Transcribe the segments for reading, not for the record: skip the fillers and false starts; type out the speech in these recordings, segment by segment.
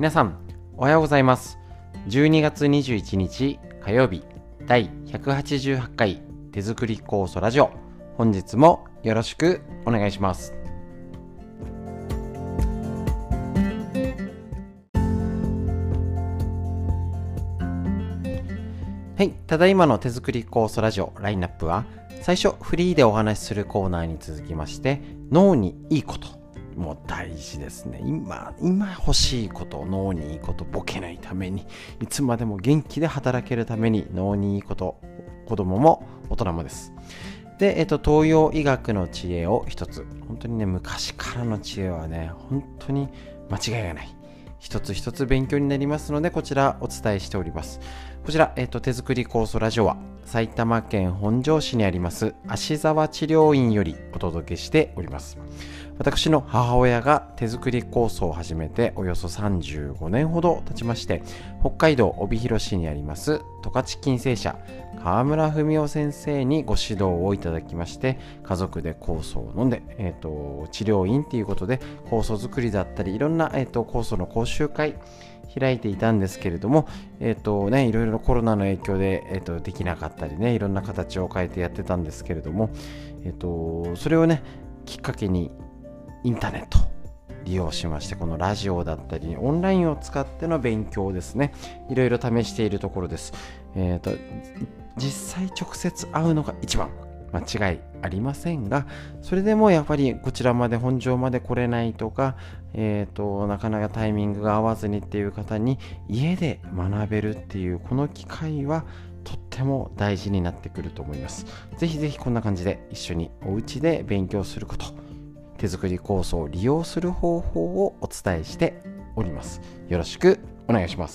皆さんおはようございます。12月21日火曜日第188回手作り酵素ラジオ、本日もよろしくお願いします。はい、ただいまの手作り酵素ラジオラインナップは、最初フリーでお話しするコーナーに続きまして、脳にいいこと、もう大事ですね。今欲しいこと、脳にいいこと、ボケないために、いつまでも元気で働けるために脳にいいこと、子供も大人もです。で、東洋医学の知恵を一つ、本当にね、昔からの知恵はね、本当に間違いがない、一つ一つ勉強になりますので、こちらお伝えしております。こちら、手作り酵素ラジオは埼玉県本庄市にあります芦沢治療院よりお届けしております。私の母親が手作り酵素を始めておよそ35年ほど経ちまして、北海道帯広市にあります十勝金星社川村文夫先生にご指導をいただきまして、家族で酵素を飲んで、治療院ということで酵素作りだったり、いろんな、酵素の講習会開いていたんですけれども、いろいろコロナの影響で、できなかったりね、いろんな形を変えてやってたんですけれども、それをねきっかけにインターネット利用しまして、このラジオだったりオンラインを使っての勉強ですね、いろいろ試しているところです。実際直接会うのが一番間違いありませんが、それでもやっぱりこちらまで本庄まで来れないとか、なかなかタイミングが合わずにっていう方に家で学べるっていうこの機会はとっても大事になってくると思います。ぜひぜひこんな感じで一緒にお家で勉強すること、手作り酵素を利用する方法をお伝えしております。よろしくお願いします。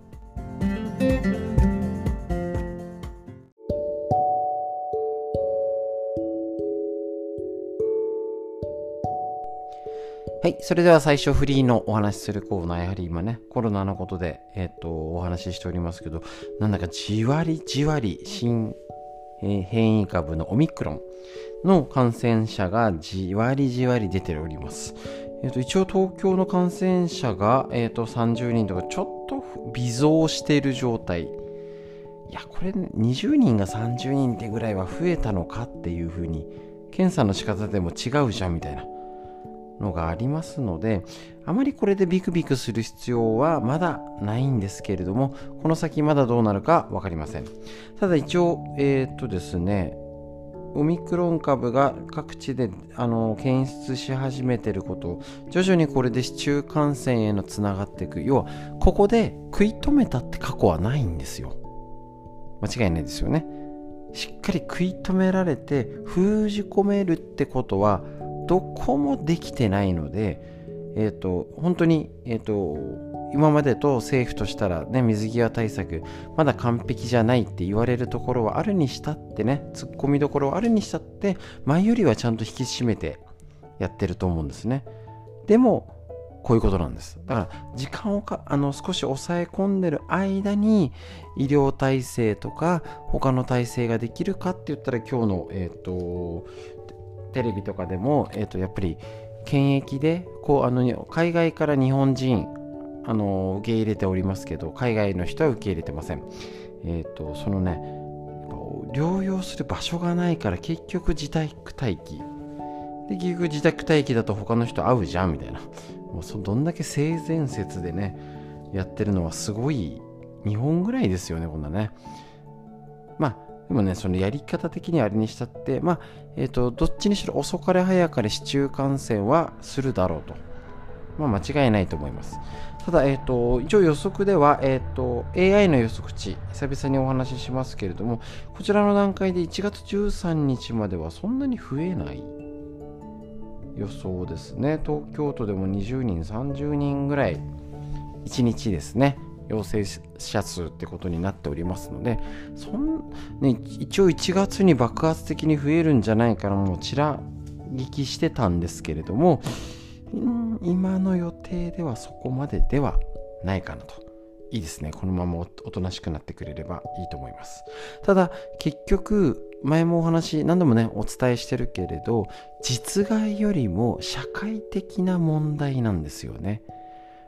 はい、それでは最初フリーのお話しするコーナー、やはり今ねコロナのことで、お話ししておりますけど、なんだかじわりじわり新、変異株のオミクロンの感染者がじわりじわり出ております。一応東京の感染者が、30人とかちょっと微増している状態。いやこれ、ね、20人が30人ってぐらいは増えたのかっていう風に、検査の仕方でも違うじゃんみたいなのがありますので、あまりこれでビクビクする必要はまだないんですけれども、この先まだどうなるか分かりません。ただ一応ですね、オミクロン株が各地で検出し始めていること、徐々にこれで市中感染へのつながっていく。要はここで食い止めたって過去はないんですよ。間違いないですよね。しっかり食い止められて封じ込めるってことはどこもできてないので、本当に、今までと政府としたらね、水際対策まだ完璧じゃないって言われるところはあるにしたってね、突っ込みどころはあるにしたって、前よりはちゃんと引き締めてやってると思うんですね。でもこういうことなんです。だから時間を少し抑え込んでる間に医療体制とか他の体制ができるかって言ったら、今日のテレビとかでも、やっぱり検疫で海外から日本人受け入れておりますけど、海外の人は受け入れてません。そのね、療養する場所がないから結局自宅待機で、結局自宅待機だと他の人会うじゃんみたいな、もうどんだけ性善説でねやってるのはすごい、日本ぐらいですよね、こんなね。でもね、そのやり方的にはあれにしたって、どっちにしろ遅かれ早かれ市中感染はするだろうと。間違いないと思います。ただ、一応予測では、AI の予測値、久々にお話ししますけれども、こちらの段階で1月13日まではそんなに増えない予想ですね。東京都でも20人、30人ぐらい、1日ですね。陽性者数ってことになっておりますので、一応1月に爆発的に増えるんじゃないかな、もうちら聞きしてたんですけれども、今の予定ではそこまでではないかなと。いいですね、このままおとなしくなってくれればいいと思います。ただ結局前も何度もねお伝えしてるけれど、実害よりも社会的な問題なんですよね。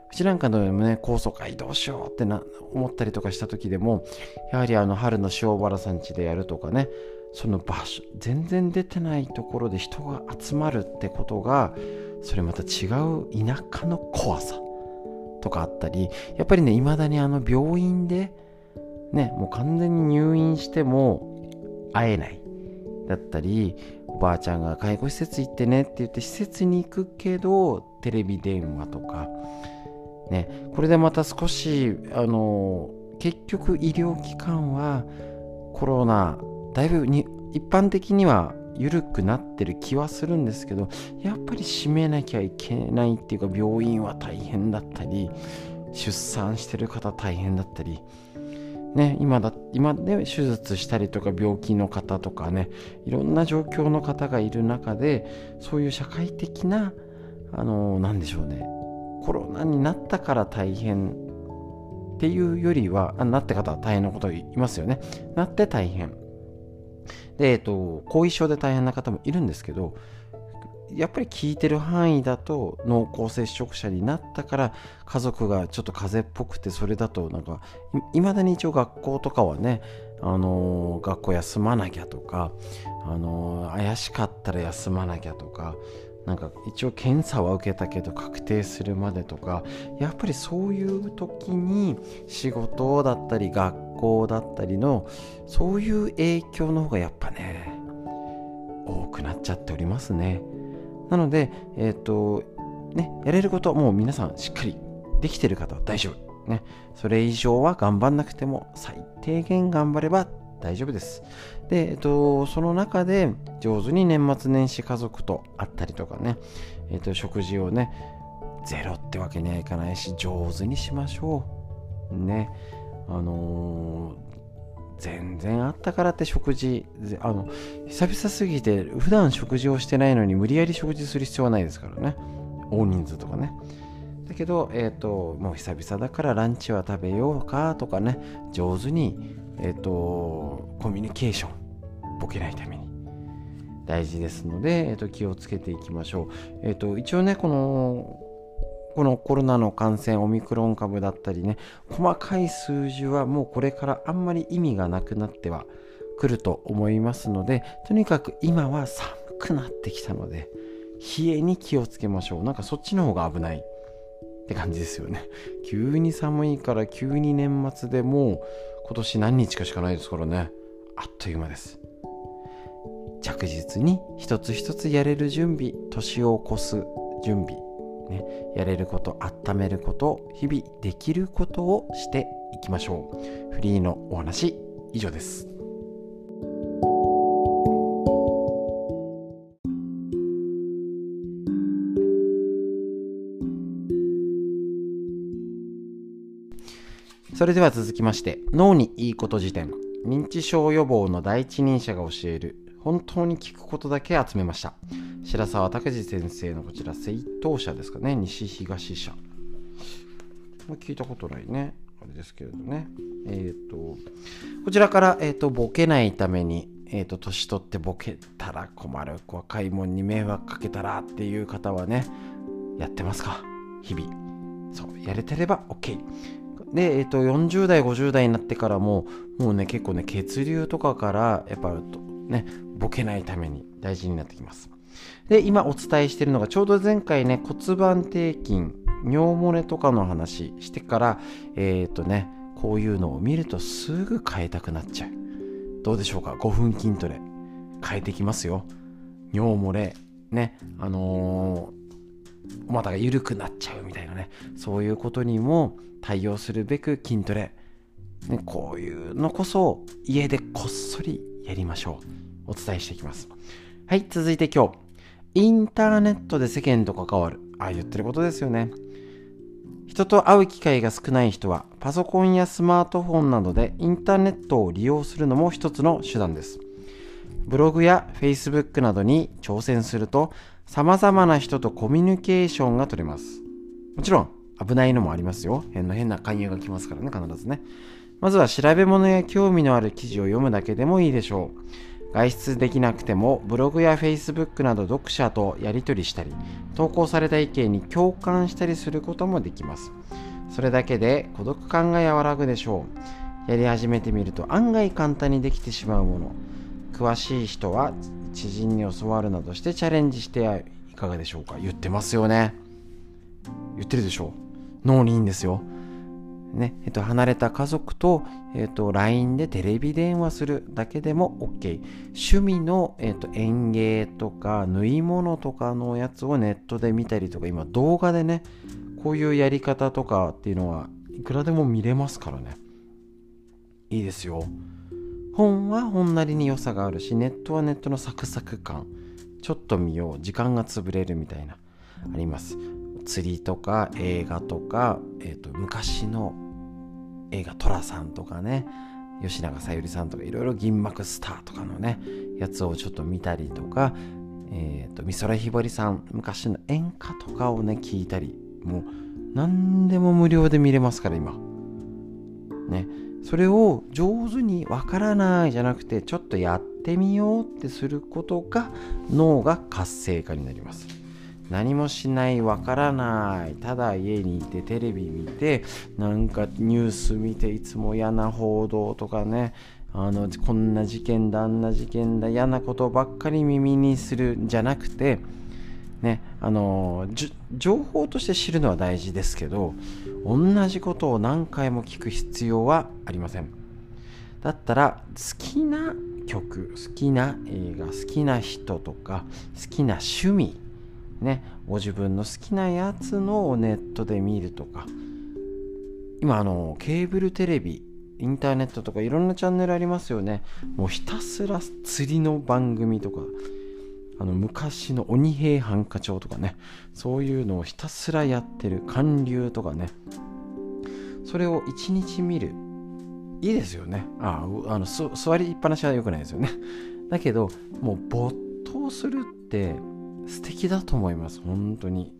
うちなんかのね、高層階どうしようって思ったりとかした時でも、やはり春の塩原さん家でやるとかね、その場所、全然出てないところで人が集まるってことが、それまた違う田舎の怖さとかあったり、やっぱりね、未だに病院でね、もう完全に入院しても会えないだったり、おばあちゃんが介護施設行ってねって言って施設に行くけどテレビ電話とかね、これでまた少し結局医療機関はコロナだいぶに一般的には緩くなってる気はするんですけど、やっぱり閉めなきゃいけないっていうか、病院は大変だったり、出産してる方大変だったりね、今で手術したりとか病気の方とかね、いろんな状況の方がいる中で、そういう社会的ななんでしょうね、コロナになったから大変っていうよりは、なって方は大変なこといますよね。なって大変で、後遺症で大変な方もいるんですけど、やっぱり聞いてる範囲だと濃厚接触者になったから家族がちょっと風邪っぽくて、それだとなんかいまだに一応学校とかはね、学校休まなきゃとか、怪しかったら休まなきゃとか、なんか一応検査は受けたけど確定するまでとか、やっぱりそういう時に仕事だったり学校だったりのそういう影響の方がやっぱね多くなっちゃっておりますね。なのでやれることはもう皆さんしっかりできてる方は大丈夫ね。それ以上は頑張んなくても最低限頑張れば大丈夫です。で、その中で上手に年末年始家族と会ったりとかね、食事をね、ゼロってわけにはいかないし、上手にしましょう。ね。全然あったからって食事、久々すぎて普段食事をしてないのに無理やり食事する必要はないですからね。大人数とかね。だけど、もう久々だからランチは食べようかとかね、上手にコミュニケーションボケないために大事ですので、気をつけていきましょう。一応ね、このコロナの感染、オミクロン株だったりね、細かい数字はもうこれからあんまり意味がなくなってはくると思いますので、とにかく今は寒くなってきたので冷えに気をつけましょう。なんかそっちの方が危ないって感じですよね。急に寒いから、急に年末でもう今年何日かしかないですからね、あっという間です。着実に一つ一つやれる準備、年を越す準備ね、やれること、温めること、日々できることをしていきましょう。フリーのお話以上です。それでは続きまして、脳にいいこと辞典、認知症予防の第一人者が教える本当に聞くことだけ集めました。白沢拓司先生のこちら正当社ですかね、西東社。聞いたことないね、あれですけれどね。こちらから、ボケないために、年取ってボケたら困る、若いもんに迷惑かけたらっていう方はね、やってますか、日々。そう、やれてれば OK。で、40代、50代になってからもうね、結構ね、血流とかからやっぱね、ボケないために大事になってきます。で、今お伝えしているのが、ちょうど前回ね、骨盤底筋、尿漏れとかの話してから、こういうのを見るとすぐ変えたくなっちゃう。どうでしょうか、5分筋トレ変えてきますよ。尿漏れね、お股が緩くなっちゃうみたいなね、そういうことにも対応するべく筋トレ、ね、こういうのこそ家でこっそりやりましょう。お伝えしていきます。はい、続いて今日、インターネットで世間と関わる、言ってることですよね。人と会う機会が少ない人はパソコンやスマートフォンなどでインターネットを利用するのも一つの手段です。ブログや Facebook などに挑戦すると様々な人とコミュニケーションが取れます。もちろん危ないのもありますよ。変な勧誘が来ますからね、必ずね。まずは調べ物や興味のある記事を読むだけでもいいでしょう。 外出できなくてもブログや Facebook など読者とやり取りしたり、投稿された意見に共感したりすることもできます。それだけで孤独感が和らぐでしょう。やり始めてみると案外簡単にできてしまうもの。詳しい人は知人に教わるなどしてチャレンジしていかがでしょうか。言ってますよね。言ってるでしょう。脳にいいんですよ。ね、離れた家族と、LINE でテレビ電話するだけでも OK。趣味の、園芸とか縫い物とかのやつをネットで見たりとか、今動画でね、こういうやり方とかっていうのはいくらでも見れますからね。いいですよ。本は本なりに良さがあるし、ネットはネットのサクサク感、ちょっと見よう、時間が潰れるみたいなあります。釣りとか映画とか、昔の映画寅さんとかね、吉永小百合さんとかいろいろ銀幕スターとかのねやつをちょっと見たりとか、美空ひばりさん昔の演歌とかをね聞いたり、もう何でも無料で見れますから今ね。それを上手にわからないじゃなくて、ちょっとやってみようってすることが脳が活性化になります。何もしない、わからない、ただ家にいてテレビ見て、なんかニュース見て、いつも嫌な報道とかね、こんな事件だあんな事件だ、嫌なことばっかり耳にするんじゃなくてね、情報として知るのは大事ですけど、同じことを何回も聞く必要はありません。だったら好きな曲、好きな映画、好きな人とか好きな趣味ね、ご自分の好きなやつのをネットで見るとか、今ケーブルテレビ、インターネットとかいろんなチャンネルありますよね。もうひたすら釣りの番組とか、昔の鬼平犯科帳とかね、そういうのをひたすらやってる韓流とかね、それを一日見る、いいですよね。座りっぱなしは良くないですよね。だけどもう没頭するって素敵だと思います。本当に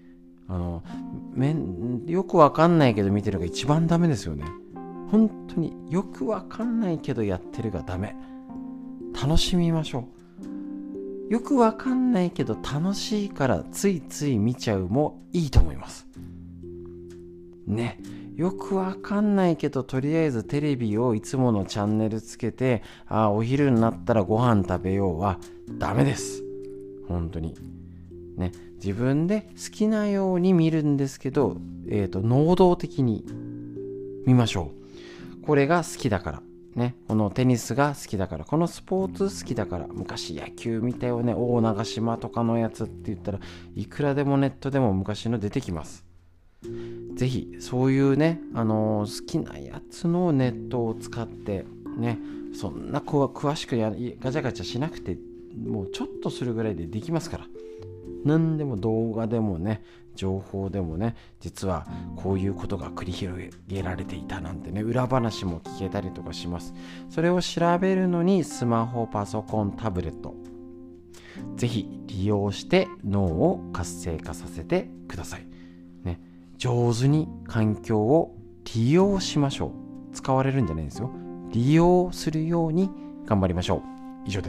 よくわかんないけど見てるのが一番ダメですよね。本当によくわかんないけどやってるがダメ。楽しみましょう。よくわかんないけど楽しいからついつい見ちゃうもいいと思いますね。よくわかんないけどとりあえずテレビをいつものチャンネルつけて、お昼になったらご飯食べようはダメです。本当にね、自分で好きなように見るんですけど、能動的に見ましょう。これが好きだからね、このテニスが好きだから、このスポーツ好きだから、昔野球見たよね、大長島とかのやつって言ったらいくらでもネットでも昔の出てきます。ぜひそういうね、好きなやつのネットを使ってね、そんな詳しくガチャガチャしなくて、もうちょっとするぐらいでできますから。何でも動画でもね、情報でもね、実はこういうことが繰り広げられていたなんてね、裏話も聞けたりとかします。それを調べるのにスマホ、パソコン、タブレット、ぜひ利用して脳を活性化させてくださいね。上手に環境を利用しましょう。使われるんじゃないですよ。利用するように頑張りましょう。以上です。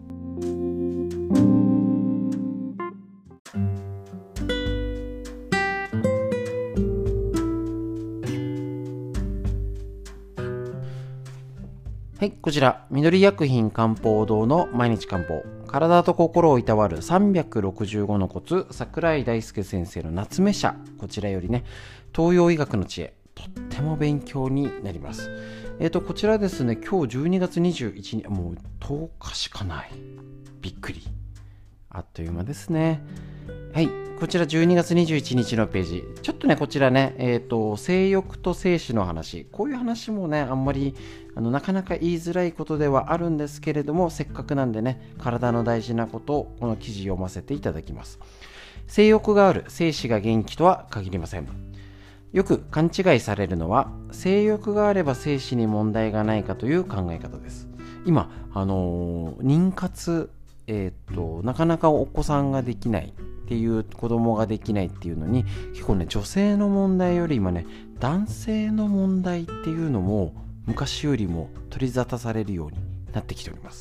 はい、こちら緑薬品漢方堂の毎日漢方、体と心をいたわる365のコツ、櫻井大輔先生の夏目社、こちらよりね、東洋医学の知恵、とっても勉強になります。こちらですね、今日12月21日、もう10日しかない。びっくり。あっという間ですね。はい、こちら12月21日のページ、ちょっとねこちらね、性欲と精子の話、こういう話もねあんまりなかなか言いづらいことではあるんですけれども、せっかくなんでね、体の大事なことをこの記事読ませていただきます。性欲がある、精子が元気とは限りません。よく勘違いされるのは、性欲があれば精子に問題がないかという考え方です。今妊活、なかなかお子さんができないっていう、子供ができないっていうのに、結構ね女性の問題より今ね男性の問題っていうのも昔よりも取り沙汰されるようになってきております。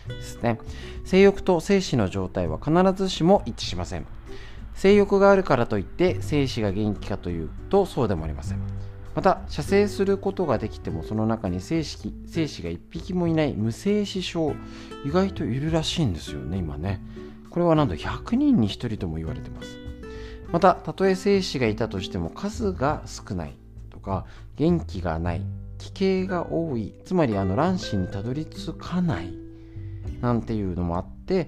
ですね。性欲と精子の状態は必ずしも一致しません。性欲があるからといって精子が元気かというとそうでもありません。また射精することができてもその中に精子が一匹もいない無精子症、意外といるらしいんですよね今ね。これはなんと100人に1人とも言われてます。またたとえ精子がいたとしても数が少ないとか元気がない、奇形が多い、つまり卵子にたどり着かないなんていうのもあって、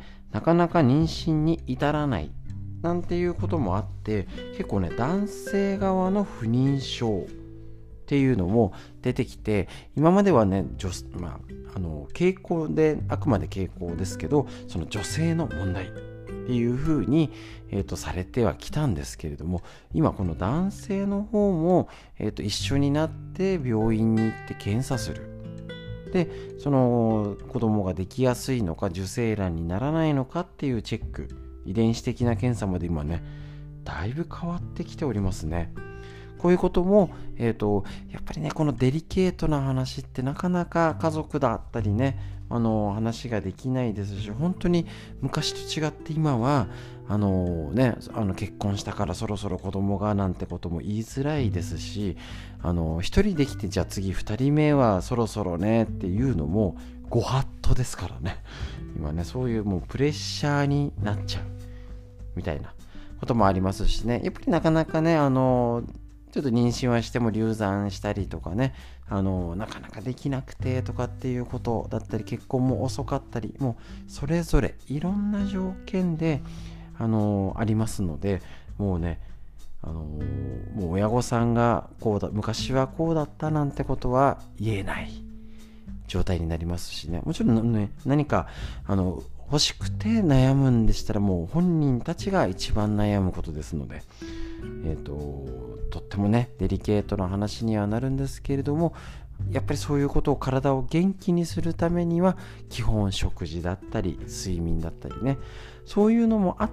なかなか妊娠に至らないなんていうこともあって、結構ね男性側の不妊症っていうのも出てきて、今まではね傾向であくまで傾向ですけど、その女性の問題っていうふうに、されてはきたんですけれども、今この男性の方も、一緒になって病院に行って検査する。でその子供ができやすいのか受精卵にならないのかっていうチェック、遺伝子的な検査まで今ねだいぶ変わってきておりますね。こういうことも、やっぱりねこのデリケートな話ってなかなか家族だったりね話ができないですし、本当に昔と違って今は結婚したからそろそろ子供がなんてことも言いづらいですし、一人できてじゃあ次二人目はそろそろねっていうのもご法度ですからね。今ねそういうもうプレッシャーになっちゃうみたいなこともありますしね。やっぱりなかなかねちょっと妊娠はしても流産したりとかね、なかなかできなくてとかっていうことだったり、結婚も遅かったり、もうそれぞれいろんな条件でありますので、もうねもう親御さんが昔はこうだったなんてことは言えない状態になりますしね。もちろんね何か欲しくて悩むんでしたらもう本人たちが一番悩むことですので、とってもねデリケートな話にはなるんですけれども、やっぱりそういうことを体を元気にするためには基本食事だったり睡眠だったりね、そういうのもあって、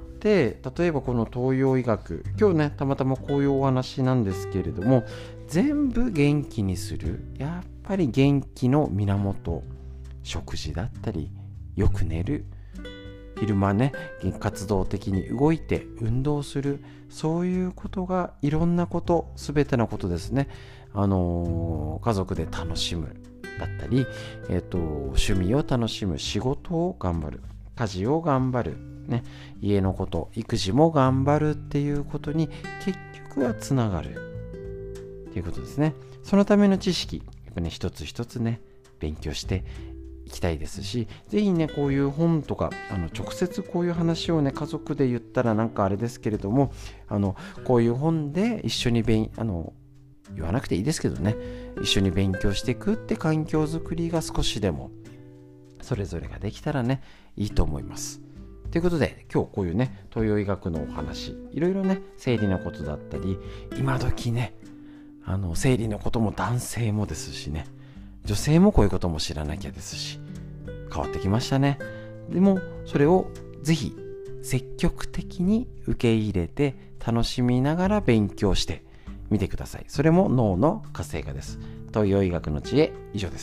例えばこの東洋医学、今日ねたまたまこういうお話なんですけれども、全部元気にするやっぱり元気の源、食事だったりよく寝る、昼間ね活動的に動いて運動する、そういうことがいろんなこと、全てのことですね、家族で楽しむだったり、趣味を楽しむ、仕事を頑張る、家事を頑張る、ね、家のこと、育児も頑張るっていうことに結局はつながるっていうことですね。そのための知識、やっぱね一つ一つね勉強していきたいですし、ぜひねこういう本とか直接こういう話をね家族で言ったらなんかあれですけれども、こういう本で一緒に言わなくていいですけどね、一緒に勉強していくって環境づくりが少しでもそれぞれができたらねいいと思います。ということで今日こういうね東洋医学のお話、いろいろね生理のことだったり、今時ね生理のことも男性もですしね、女性もこういうことも知らなきゃですし、変わってきましたね。でもそれをぜひ積極的に受け入れて楽しみながら勉強してみてください。それも脳の活性化です。東洋医学の知恵、以上です。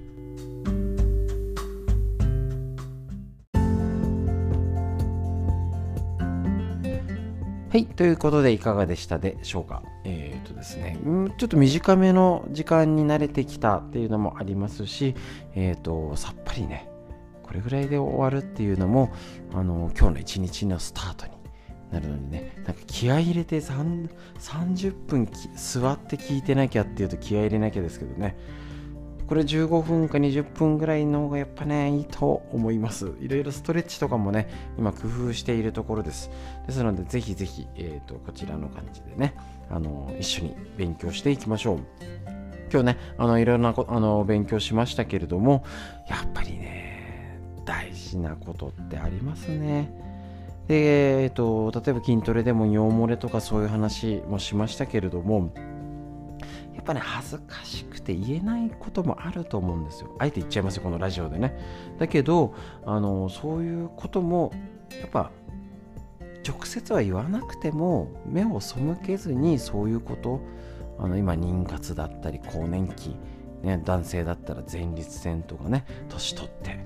はい、ということでいかがでしたでしょうか。ですね、ちょっと短めの時間に慣れてきたっていうのもありますし、さっぱりねこれぐらいで終わるっていうのも今日の一日のスタートになるのにね、なんか気合い入れて30分座って聞いてなきゃっていうと気合い入れなきゃですけどね、これ15分か20分ぐらいの方がやっぱねいいと思います。いろいろストレッチとかもね今工夫しているところです。ですのでぜひぜひ、こちらの感じでね一緒に勉強していきましょう。今日ねいろんな勉強しましたけれども、やっぱりね大事なことってありますね。で、例えば筋トレでも尿漏れとかそういう話もしましたけれども、やっぱね恥ずかしくて言えないこともあると思うんですよ。あえて言っちゃいますよこのラジオでね。だけどそういうこともやっぱ直接は言わなくても目を背けずに、そういうこと今妊活だったり更年期、ね、男性だったら前立腺とかね、年取って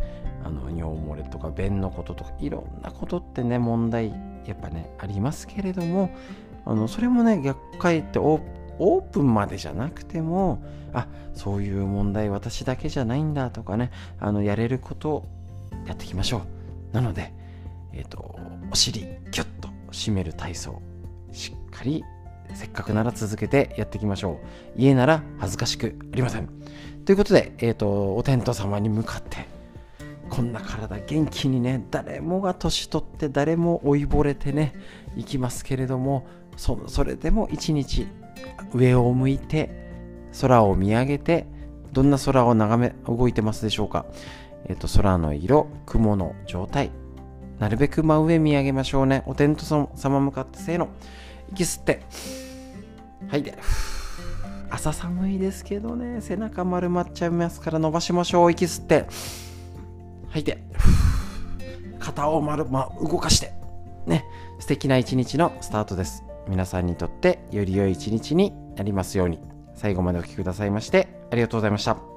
尿漏れとか便のこととかいろんなことってね問題やっぱねありますけれども、それもね逆かえってオープンまでじゃなくてもそういう問題私だけじゃないんだとかねやれることをやっていきましょう。なのでお尻キュッと締める体操しっかりせっかくなら続けてやっていきましょう。家なら恥ずかしくありません。ということで、お天道様に向かってこんな体元気にね、誰もが年取って誰も老いぼれてねいきますけれども、それでも一日上を向いて空を見上げて、どんな空を動いてますでしょうか。空の色、雲の状態、なるべく真上見上げましょうね。お天道様向かってせーの、息吸ってはいで、朝寒いですけどね背中丸まっちゃいますから伸ばしましょう。息吸ってはいで、肩を動かしてね、素敵な一日のスタートです。皆さんにとってより良い一日になりますように。最後までお聞きくださいましてありがとうございました。